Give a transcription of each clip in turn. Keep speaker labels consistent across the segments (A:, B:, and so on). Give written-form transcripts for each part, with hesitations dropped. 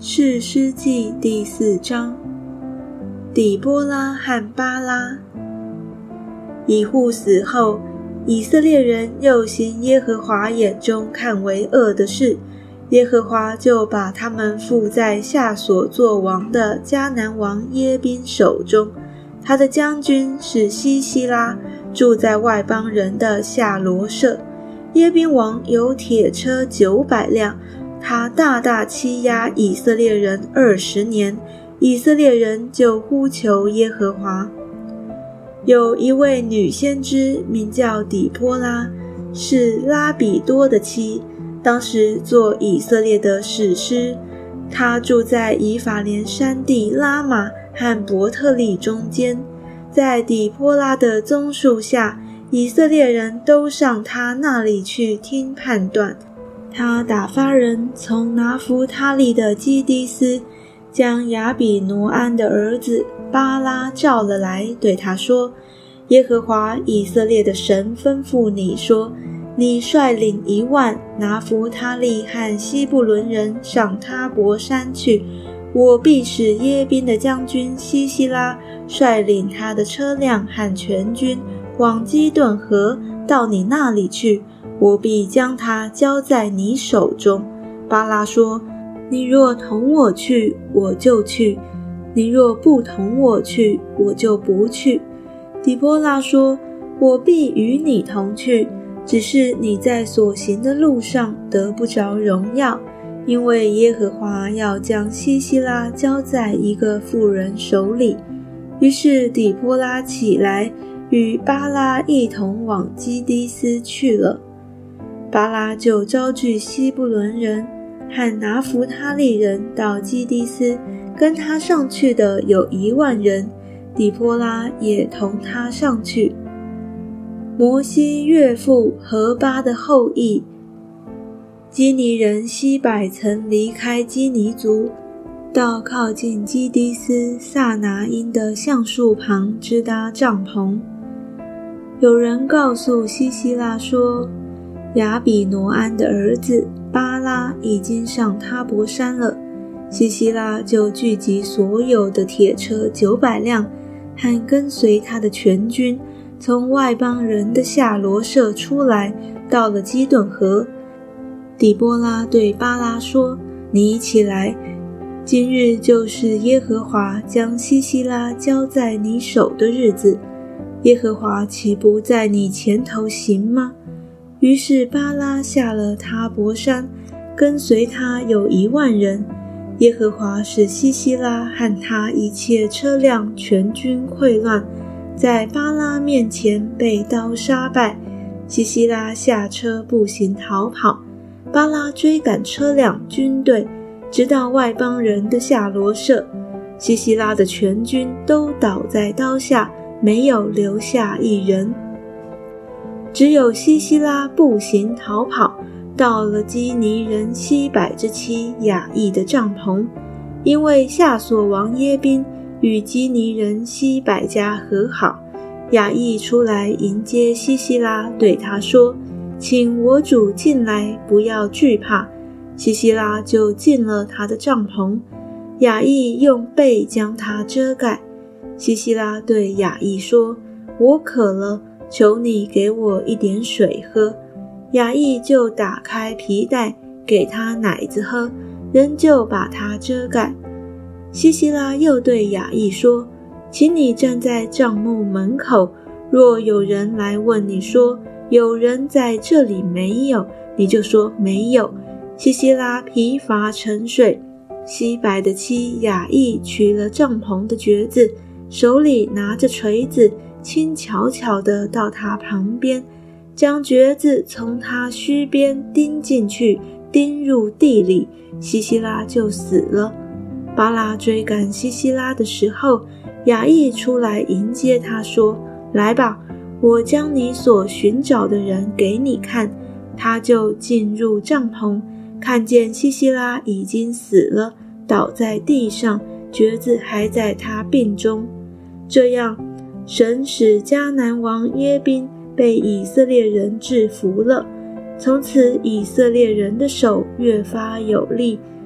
A: 士师记第4章，底波拉和巴拉。以户死后，以色列人又行耶和华眼中看为恶的事，耶和华就把他们付在夏所作王的迦南王耶宾手中。他的将军是西西拉，住在外邦人的夏罗舍。耶宾王有铁车900辆，他大大欺压以色列人20年，以色列人就呼求耶和华。有一位女先知名叫底波拉，是拉比多的妻，当时做以色列的士师。她住在以法莲山地拉玛和伯特利中间，在底波拉的棕树下，以色列人都上她那里去听判断。他打发人从拿弗他利的基低斯，将亚比挪安的儿子巴拉召了来，对他说：耶和华以色列的神吩咐你说，你率领1万拿弗他利和西布伦人上他伯山去，我必使耶宾的将军西西拉率领他的车辆和全军往基顿河到你那里去，我必将他交在你手中。巴拉说：你若同我去，我就去；你若不同我去，我就不去。底波拉说：我必与你同去，只是你在所行的路上得不着荣耀，因为耶和华要将西西拉交在一个妇人手里。于是底波拉起来，与巴拉一同往基低斯去了。巴拉就招聚西布伦人和拿弗他利人到基低斯，跟他上去的有1万人，底波拉也同他上去。摩西岳父何巴的后裔基尼人西百曾离开基尼族，到靠近基低斯撒拿因的橡树旁支搭帐篷。有人告诉西西拉说，亚比挪安的儿子巴拉已经上他伯山了。西西拉就聚集所有的铁车900辆和跟随他的全军，从外邦人的夏罗舍出来，到了基顿河。底波拉对巴拉说：你起来，今日就是耶和华将西西拉交在你手的日子，耶和华岂不在你前头行吗？于是巴拉下了他伯山，跟随他有1万人。耶和华使西西拉和他一切车辆全军溃乱，在巴拉面前被刀杀败。西西拉下车步行逃跑，巴拉追赶车辆军队，直到外邦人的夏罗舍。西西拉的全军都倒在刀下，没有留下一人。只有西西拉步行逃跑，到了基尼人西百之妻雅意的帐篷，因为夏所王耶宾与基尼人西百家和好。雅意出来迎接西西拉，对他说：请我主进来，不要惧怕。西西拉就进了他的帐篷，雅意用被将他遮盖。西西拉对雅意说：我渴了，求你给我一点水喝。雅意就打开皮带，给他奶子喝，仍旧把他遮盖。西西拉又对雅意说：请你站在帐幕门口，若有人来问你说，有人在这里没有，你就说没有。西西拉疲乏沉睡，西百的妻雅意取了帐篷的橛子，手里拿着锤子，轻巧巧地到他旁边，将橛子从他须边钉进去，钉入地里，西西拉就死了。巴拉追赶西西拉的时候，雅意出来迎接他说：来吧，我将你所寻找的人给你看。他就进入帐篷，看见西西拉已经死了，倒在地上，橛子还在他鬓中。这样，神使迦南王耶宾被以色列人制服了。从此以色列人的手越发有力，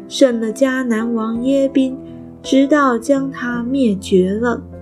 A: 胜了迦南王耶宾，直到将他灭绝了。